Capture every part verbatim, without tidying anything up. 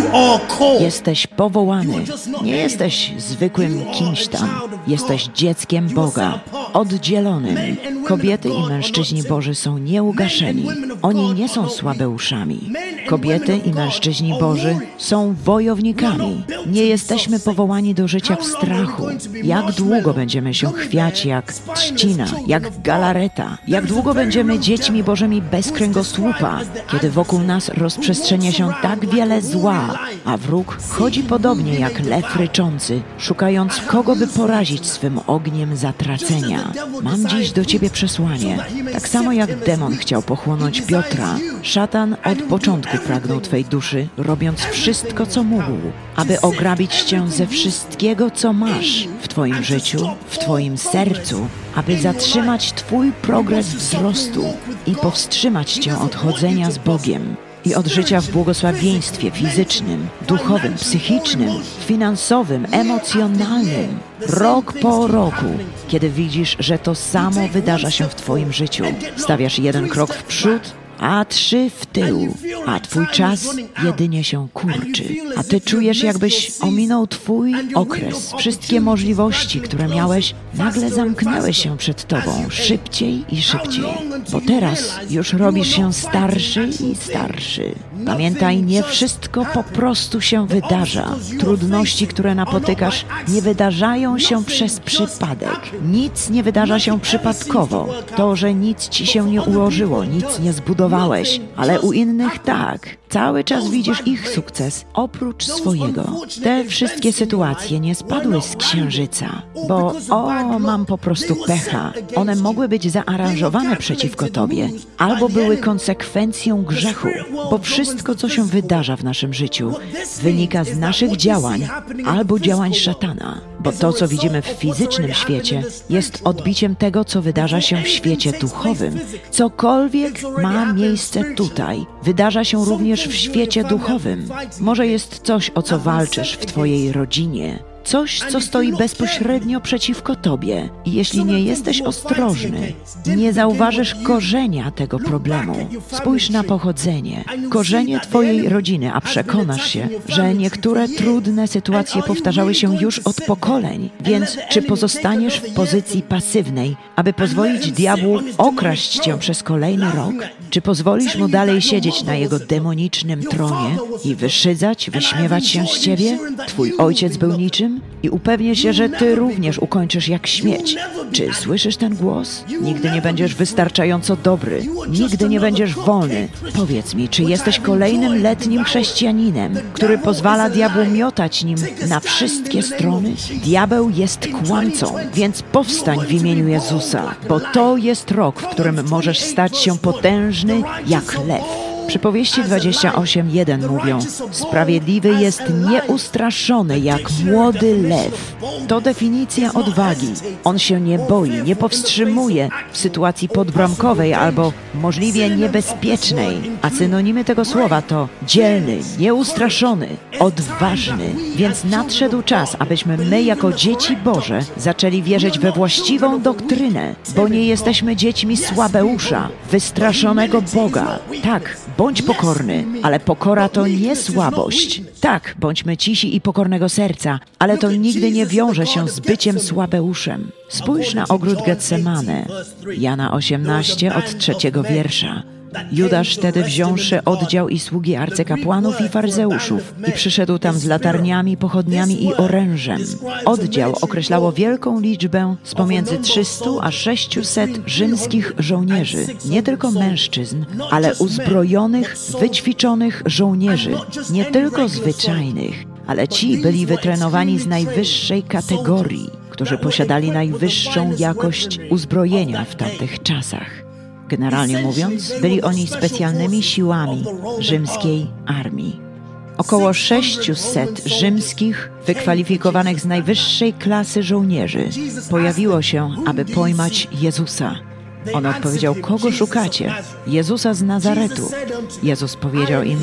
are called. Jesteś powołany. Nie jesteś zwykłym kimś tam. Jesteś dzieckiem Boga, oddzielonym. Kobiety i mężczyźni Boży są nieugaszeni. Oni nie są słabeuszami. Kobiety i mężczyźni Boży są wojownikami. Nie jesteśmy powołani do życia w strachu. Jak długo będziemy się chwiać jak trzcina, jak galareta? Jak długo będziemy dziećmi Bożymi bez kręgosłupa, kiedy wokół nas rozprzestrzenia się tak wiele zła, a wróg chodzi podobnie jak lew ryczący, szukając kogo by porazić swym ogniem zatracenia. Mam dziś do ciebie przesłanie. Tak samo jak demon chciał pochłonąć Piotra, szatan od początku pragnął twej duszy, robiąc wszystko, co mógł, aby ograbić cię ze wszystkiego, co masz w twoim życiu, w twoim sercu, aby zatrzymać twój progres wzrostu i powstrzymać cię od chodzenia z Bogiem i od życia w błogosławieństwie fizycznym, duchowym, psychicznym, finansowym, emocjonalnym. Rok po roku, kiedy widzisz, że to samo wydarza się w twoim życiu, stawiasz jeden krok w przód, a trzy w tył, a twój czas jedynie się kurczy. A ty czujesz, jakbyś ominął twój okres. Wszystkie możliwości, które miałeś, nagle zamknęły się przed tobą szybciej i szybciej. Bo teraz już robisz się starszy i starszy. Pamiętaj, nie wszystko po prostu się wydarza. Trudności, które napotykasz, nie wydarzają się przez przypadek. Nic nie wydarza się przypadkowo. To, że nic ci się nie ułożyło, nic nie zbudowałeś, ale u innych tak. Cały czas widzisz ich sukces, oprócz swojego. Te wszystkie sytuacje nie spadły z księżyca, bo o, mam po prostu pecha. One mogły być zaaranżowane przeciwko tobie, albo były konsekwencją grzechu, bo wszystko, co się wydarza w naszym życiu, wynika z naszych działań albo działań szatana. Bo to, co widzimy w fizycznym świecie, jest odbiciem tego, co wydarza się w świecie duchowym. Cokolwiek ma miejsce tutaj, wydarza się również w świecie duchowym. Może jest coś, o co walczysz w twojej rodzinie. Coś, co stoi bezpośrednio przeciwko tobie. I jeśli nie jesteś ostrożny, nie zauważysz korzenia tego problemu. Spójrz na pochodzenie, korzenie twojej rodziny, a przekonasz się, że niektóre trudne sytuacje powtarzały się już od pokoleń. Więc czy pozostaniesz w pozycji pasywnej, aby pozwolić diabłu okraść cię przez kolejny rok? Czy pozwolisz mu dalej siedzieć na jego demonicznym tronie i wyszydzać, wyśmiewać się z ciebie? Twój ojciec był niczym? I upewnię się, że ty również ukończysz jak śmieć. Czy słyszysz ten głos? Nigdy nie będziesz wystarczająco dobry. Nigdy nie będziesz wolny. Powiedz mi, czy jesteś kolejnym letnim chrześcijaninem, który pozwala diabłu miotać nim na wszystkie strony? Diabeł jest kłamcą, więc powstań w imieniu Jezusa, bo to jest rok, w którym możesz stać się potężny jak lew. Przypowieści dwadzieścia osiem jeden mówią: sprawiedliwy jest nieustraszony jak młody lew. To definicja odwagi. On się nie boi, nie powstrzymuje w sytuacji podbramkowej albo możliwie niebezpiecznej. A synonimy tego słowa to dzielny, nieustraszony, odważny. Więc nadszedł czas, abyśmy my jako dzieci Boże zaczęli wierzyć we właściwą doktrynę, bo nie jesteśmy dziećmi słabeusza, wystraszonego Boga. Tak, bądź pokorny, ale pokora to nie słabość. Tak, bądźmy cisi i pokornego serca, ale to nigdy nie wiąże się z byciem słabeuszem. Spójrz na ogród Getsemane, Jana osiemnaście od trzeciego wiersza. Judasz wtedy wziąwszy oddział i sługi arcykapłanów i faryzeuszów i przyszedł tam z latarniami, pochodniami i orężem. Oddział określało wielką liczbę z pomiędzy trzystu a sześciuset rzymskich żołnierzy, nie tylko mężczyzn, ale uzbrojonych, wyćwiczonych żołnierzy, nie tylko zwyczajnych, ale ci byli wytrenowani z najwyższej kategorii, którzy posiadali najwyższą jakość uzbrojenia w tamtych czasach. Generalnie mówiąc, byli oni specjalnymi siłami rzymskiej armii. Około sześciuset rzymskich, wykwalifikowanych z najwyższej klasy żołnierzy pojawiło się, aby pojmać Jezusa. On odpowiedział: kogo szukacie? Jezusa z Nazaretu. Jezus powiedział im: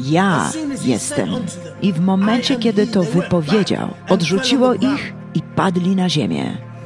ja jestem. I w momencie, kiedy to wypowiedział, odrzuciło ich i padli na ziemię.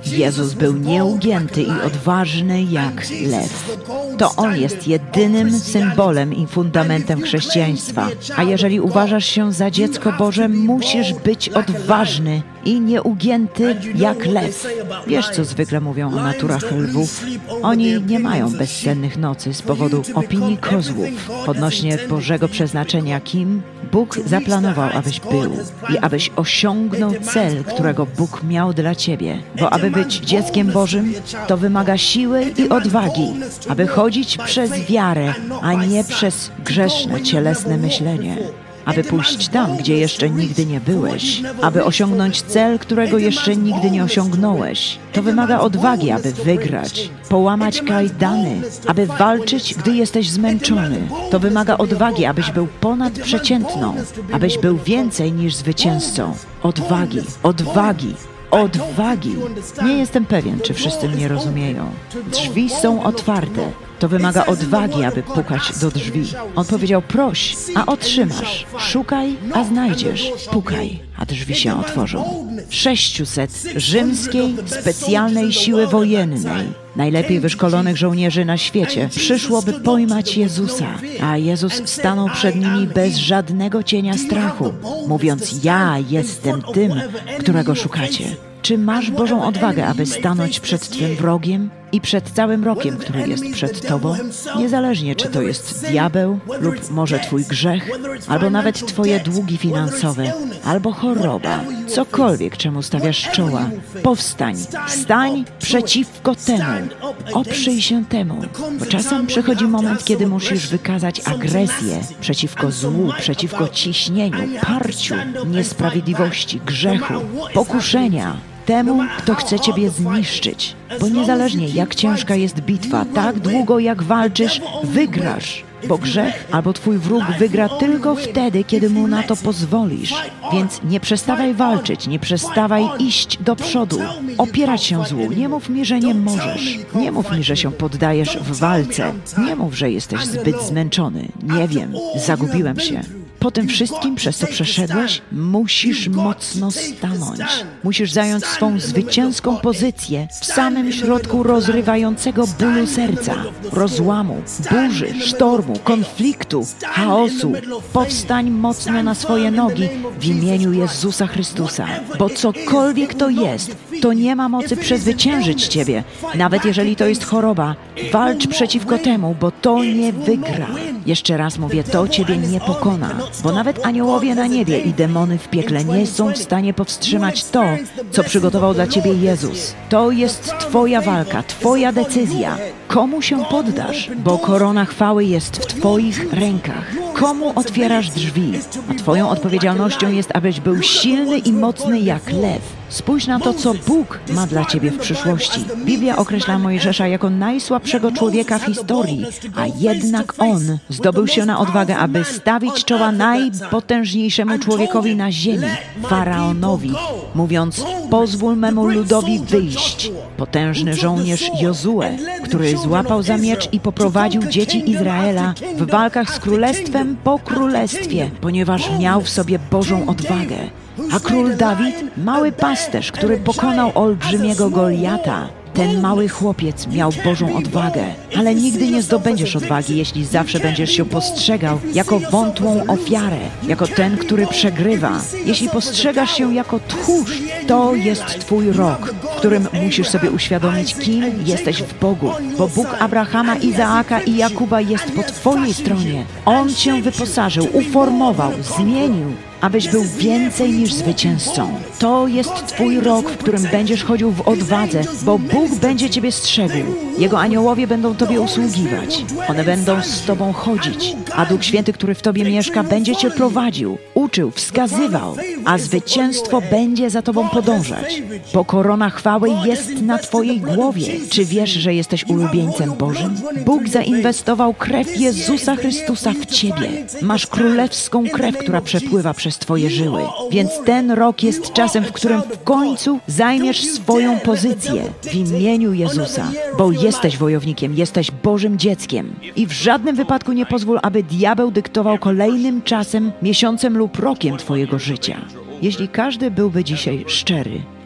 Jezus był nieugięty i odważny jak lew. To On jest jedynym symbolem i fundamentem chrześcijaństwa. A jeżeli uważasz się za dziecko Boże, musisz być odważny i nieugięty jak lew. Wiesz, co zwykle mówią o naturach lwów? Oni nie mają bezsennych nocy z powodu opinii kozłów odnośnie Bożego przeznaczenia, kim Bóg zaplanował, abyś był i abyś osiągnął cel, którego Bóg miał dla ciebie. Bo aby być dzieckiem Bożym, to wymaga siły i odwagi, aby chodzić przez wiarę, a nie przez grzeszne, cielesne myślenie. Aby pójść tam, gdzie jeszcze nigdy nie byłeś, aby osiągnąć cel, którego jeszcze nigdy nie osiągnąłeś. To wymaga odwagi, aby wygrać, połamać kajdany, aby walczyć, gdy jesteś zmęczony. To wymaga odwagi, abyś był ponadprzeciętną, abyś był więcej niż zwycięzcą. Odwagi, odwagi. Odwagi. Nie jestem pewien, czy wszyscy mnie rozumieją. Drzwi są otwarte. To wymaga odwagi, aby pukać do drzwi. On powiedział: proś, a otrzymasz. Szukaj, a znajdziesz. Pukaj, a drzwi się otworzą. sześciuset rzymskiej specjalnej siły wojennej, najlepiej wyszkolonych żołnierzy na świecie, przyszłoby pojmać Jezusa, a Jezus stanął przed nimi bez żadnego cienia strachu, mówiąc: ja jestem tym, którego szukacie. Czy masz Bożą odwagę, aby stanąć przed Twym wrogiem i przed całym rokiem, który jest przed Tobą? Niezależnie, czy to jest diabeł lub może Twój grzech, albo nawet Twoje długi finansowe, albo choroba, cokolwiek, czemu stawiasz czoła. Powstań, stań przeciwko temu, oprzyj się temu, bo czasem przychodzi moment, kiedy musisz wykazać agresję przeciwko złu, przeciwko ciśnieniu, parciu, niesprawiedliwości, grzechu, pokuszenia, temu, kto chce ciebie zniszczyć. Bo niezależnie, jak ciężka jest bitwa, tak długo jak walczysz, wygrasz. Bo grzech albo twój wróg wygra tylko wtedy, kiedy mu na to pozwolisz. Więc nie przestawaj walczyć, nie przestawaj iść do przodu, opierać się złu. Nie mów mi, że nie możesz. Nie mów mi, że się poddajesz w walce. Nie mów, że jesteś zbyt zmęczony. Nie wiem, zagubiłem się. Po tym wszystkim, przez co przeszedłeś, musisz mocno stanąć. Musisz zająć swą zwycięską pozycję w samym środku rozrywającego bólu serca, rozłamu, burzy, sztormu, konfliktu, chaosu. Powstań mocno na swoje nogi w imieniu Jezusa Chrystusa. Bo cokolwiek to jest, to nie ma mocy przezwyciężyć ciebie. Nawet jeżeli to jest choroba, walcz przeciwko temu, bo to nie wygra. Jeszcze raz mówię, to ciebie nie pokona. Bo nawet aniołowie na niebie i demony w piekle nie są w stanie powstrzymać to, co przygotował dla ciebie Jezus. To jest twoja walka, twoja decyzja. Komu się poddasz? Bo korona chwały jest w twoich rękach. Komu otwierasz drzwi? A twoją odpowiedzialnością jest, abyś był silny i mocny jak lew. Spójrz na to, co Bóg ma dla ciebie w przyszłości. Biblia określa Mojżesza jako najsłabszego człowieka w historii, a jednak on zdobył się na odwagę, aby stawić czoła najpotężniejszemu człowiekowi na ziemi, Faraonowi, mówiąc: pozwól memu ludowi wyjść. Potężny żołnierz Jozue, który złapał za miecz i poprowadził dzieci Izraela w walkach z królestwem po królestwie, ponieważ miał w sobie Bożą odwagę. A król Dawid, mały pasterz, który pokonał olbrzymiego Goliata. Ten mały chłopiec miał Bożą odwagę, ale nigdy nie zdobędziesz odwagi, jeśli zawsze będziesz się postrzegał jako wątłą ofiarę, jako ten, który przegrywa. Jeśli postrzegasz się jako tchórz, to jest twój rok, w którym musisz sobie uświadomić, kim jesteś w Bogu, bo Bóg Abrahama, Izaaka i Jakuba jest po twojej stronie. On cię wyposażył, uformował, zmienił, abyś był więcej niż zwycięzcą. To jest twój rok, w którym będziesz chodził w odwadze, bo Bóg będzie ciebie strzegł. Jego aniołowie będą tobie usługiwać. One będą z tobą chodzić, a Duch Święty, który w tobie mieszka, będzie cię prowadził, uczył, wskazywał, a zwycięstwo będzie za tobą podążać. Bo korona chwały jest na twojej głowie. Czy wiesz, że jesteś ulubieńcem Bożym? Bóg zainwestował krew Jezusa Chrystusa w ciebie. Masz królewską krew, która przepływa przez twoje żyły. Więc ten rok jest czasem, w którym w końcu zajmiesz swoją pozycję w imieniu Jezusa, bo jesteś wojownikiem, jesteś Bożym dzieckiem. I w żadnym wypadku nie pozwól, aby diabeł dyktował kolejnym czasem, miesiącem lub rokiem twojego życia. Jeśli każdy byłby dzisiaj szczery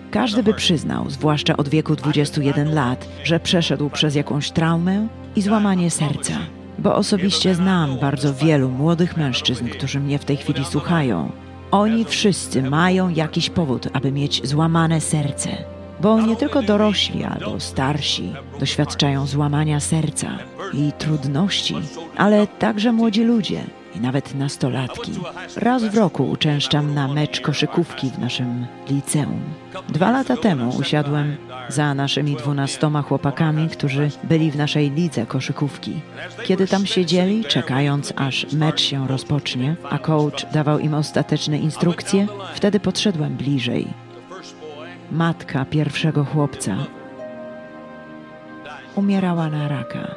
Każdy by przyznał, zwłaszcza od wieku dwudziestu jeden lat, że przeszedł przez jakąś traumę i złamanie serca. Bo osobiście znam bardzo wielu młodych mężczyzn, którzy mnie w tej chwili słuchają. Oni wszyscy mają jakiś powód, aby mieć złamane serce. Bo nie tylko dorośli albo starsi doświadczają złamania serca i trudności, ale także młodzi ludzie i nawet nastolatki. Raz w roku uczęszczam na mecz koszykówki w naszym liceum. Dwa lata temu usiadłem za naszymi dwunastoma chłopakami, którzy byli w naszej lidze koszykówki. Kiedy tam siedzieli, czekając aż mecz się rozpocznie, a coach dawał im ostateczne instrukcje, wtedy podszedłem bliżej. Matka pierwszego chłopca umierała na raka.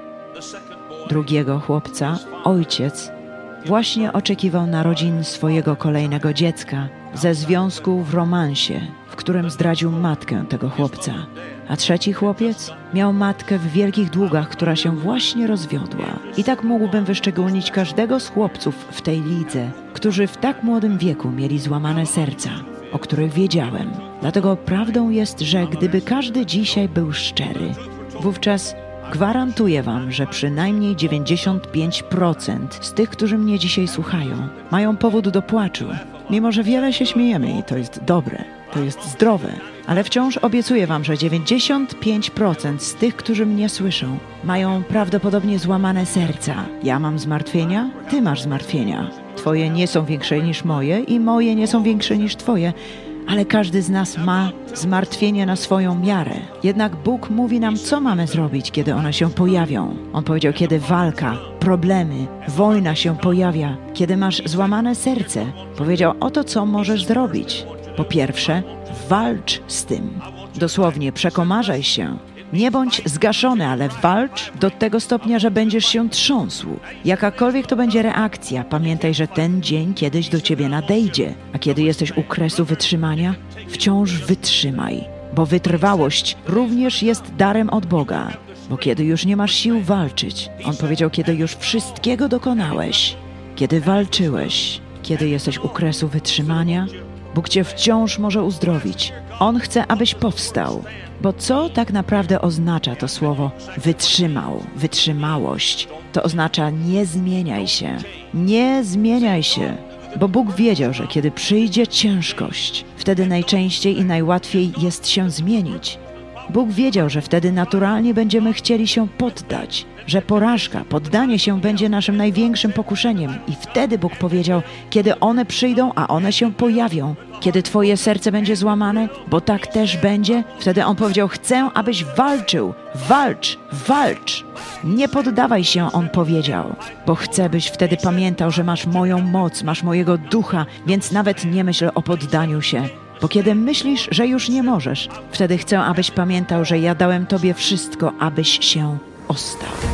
Drugiego chłopca, ojciec, właśnie oczekiwał narodzin swojego kolejnego dziecka ze związku w romansie, w którym zdradził matkę tego chłopca. A trzeci chłopiec miał matkę w wielkich długach, która się właśnie rozwiodła. I tak mógłbym wyszczególnić każdego z chłopców w tej lidze, którzy w tak młodym wieku mieli złamane serca, o których wiedziałem. Dlatego prawdą jest, że gdyby każdy dzisiaj był szczery, wówczas gwarantuję wam, że przynajmniej dziewięćdziesiąt pięć procent z tych, którzy mnie dzisiaj słuchają, mają powód do płaczu. Mimo że wiele się śmiejemy i to jest dobre, to jest zdrowe, ale wciąż obiecuję wam, że dziewięćdziesiąt pięć procent z tych, którzy mnie słyszą, mają prawdopodobnie złamane serca. Ja mam zmartwienia, ty masz zmartwienia. Twoje nie są większe niż moje i moje nie są większe niż twoje, ale każdy z nas ma zmartwienie na swoją miarę. Jednak Bóg mówi nam, co mamy zrobić, kiedy one się pojawią. On powiedział, kiedy walka, problemy, wojna się pojawia, kiedy masz złamane serce, powiedział, oto co możesz zrobić. Po pierwsze, walcz z tym. Dosłownie, przekomarzaj się. Nie bądź zgaszony, ale walcz do tego stopnia, że będziesz się trząsł. Jakakolwiek to będzie reakcja, pamiętaj, że ten dzień kiedyś do ciebie nadejdzie. A kiedy jesteś u kresu wytrzymania, wciąż wytrzymaj, bo wytrwałość również jest darem od Boga. Bo kiedy już nie masz sił walczyć, On powiedział, kiedy już wszystkiego dokonałeś, kiedy walczyłeś, kiedy jesteś u kresu wytrzymania, Bóg cię wciąż może uzdrowić. On chce, abyś powstał. Bo co tak naprawdę oznacza to słowo wytrzymał, wytrzymałość? To oznacza nie zmieniaj się, nie zmieniaj się. Bo Bóg wiedział, że kiedy przyjdzie ciężkość, wtedy najczęściej i najłatwiej jest się zmienić. Bóg wiedział, że wtedy naturalnie będziemy chcieli się poddać, że porażka, poddanie się będzie naszym największym pokuszeniem. I wtedy Bóg powiedział, kiedy one przyjdą, a one się pojawią, kiedy twoje serce będzie złamane, bo tak też będzie, wtedy On powiedział, chcę, abyś walczył, walcz, walcz. Nie poddawaj się, On powiedział, bo chcę, byś wtedy pamiętał, że masz moją moc, masz mojego ducha, więc nawet nie myśl o poddaniu się. Bo kiedy myślisz, że już nie możesz, wtedy chcę, abyś pamiętał, że ja dałem tobie wszystko, abyś się ostał.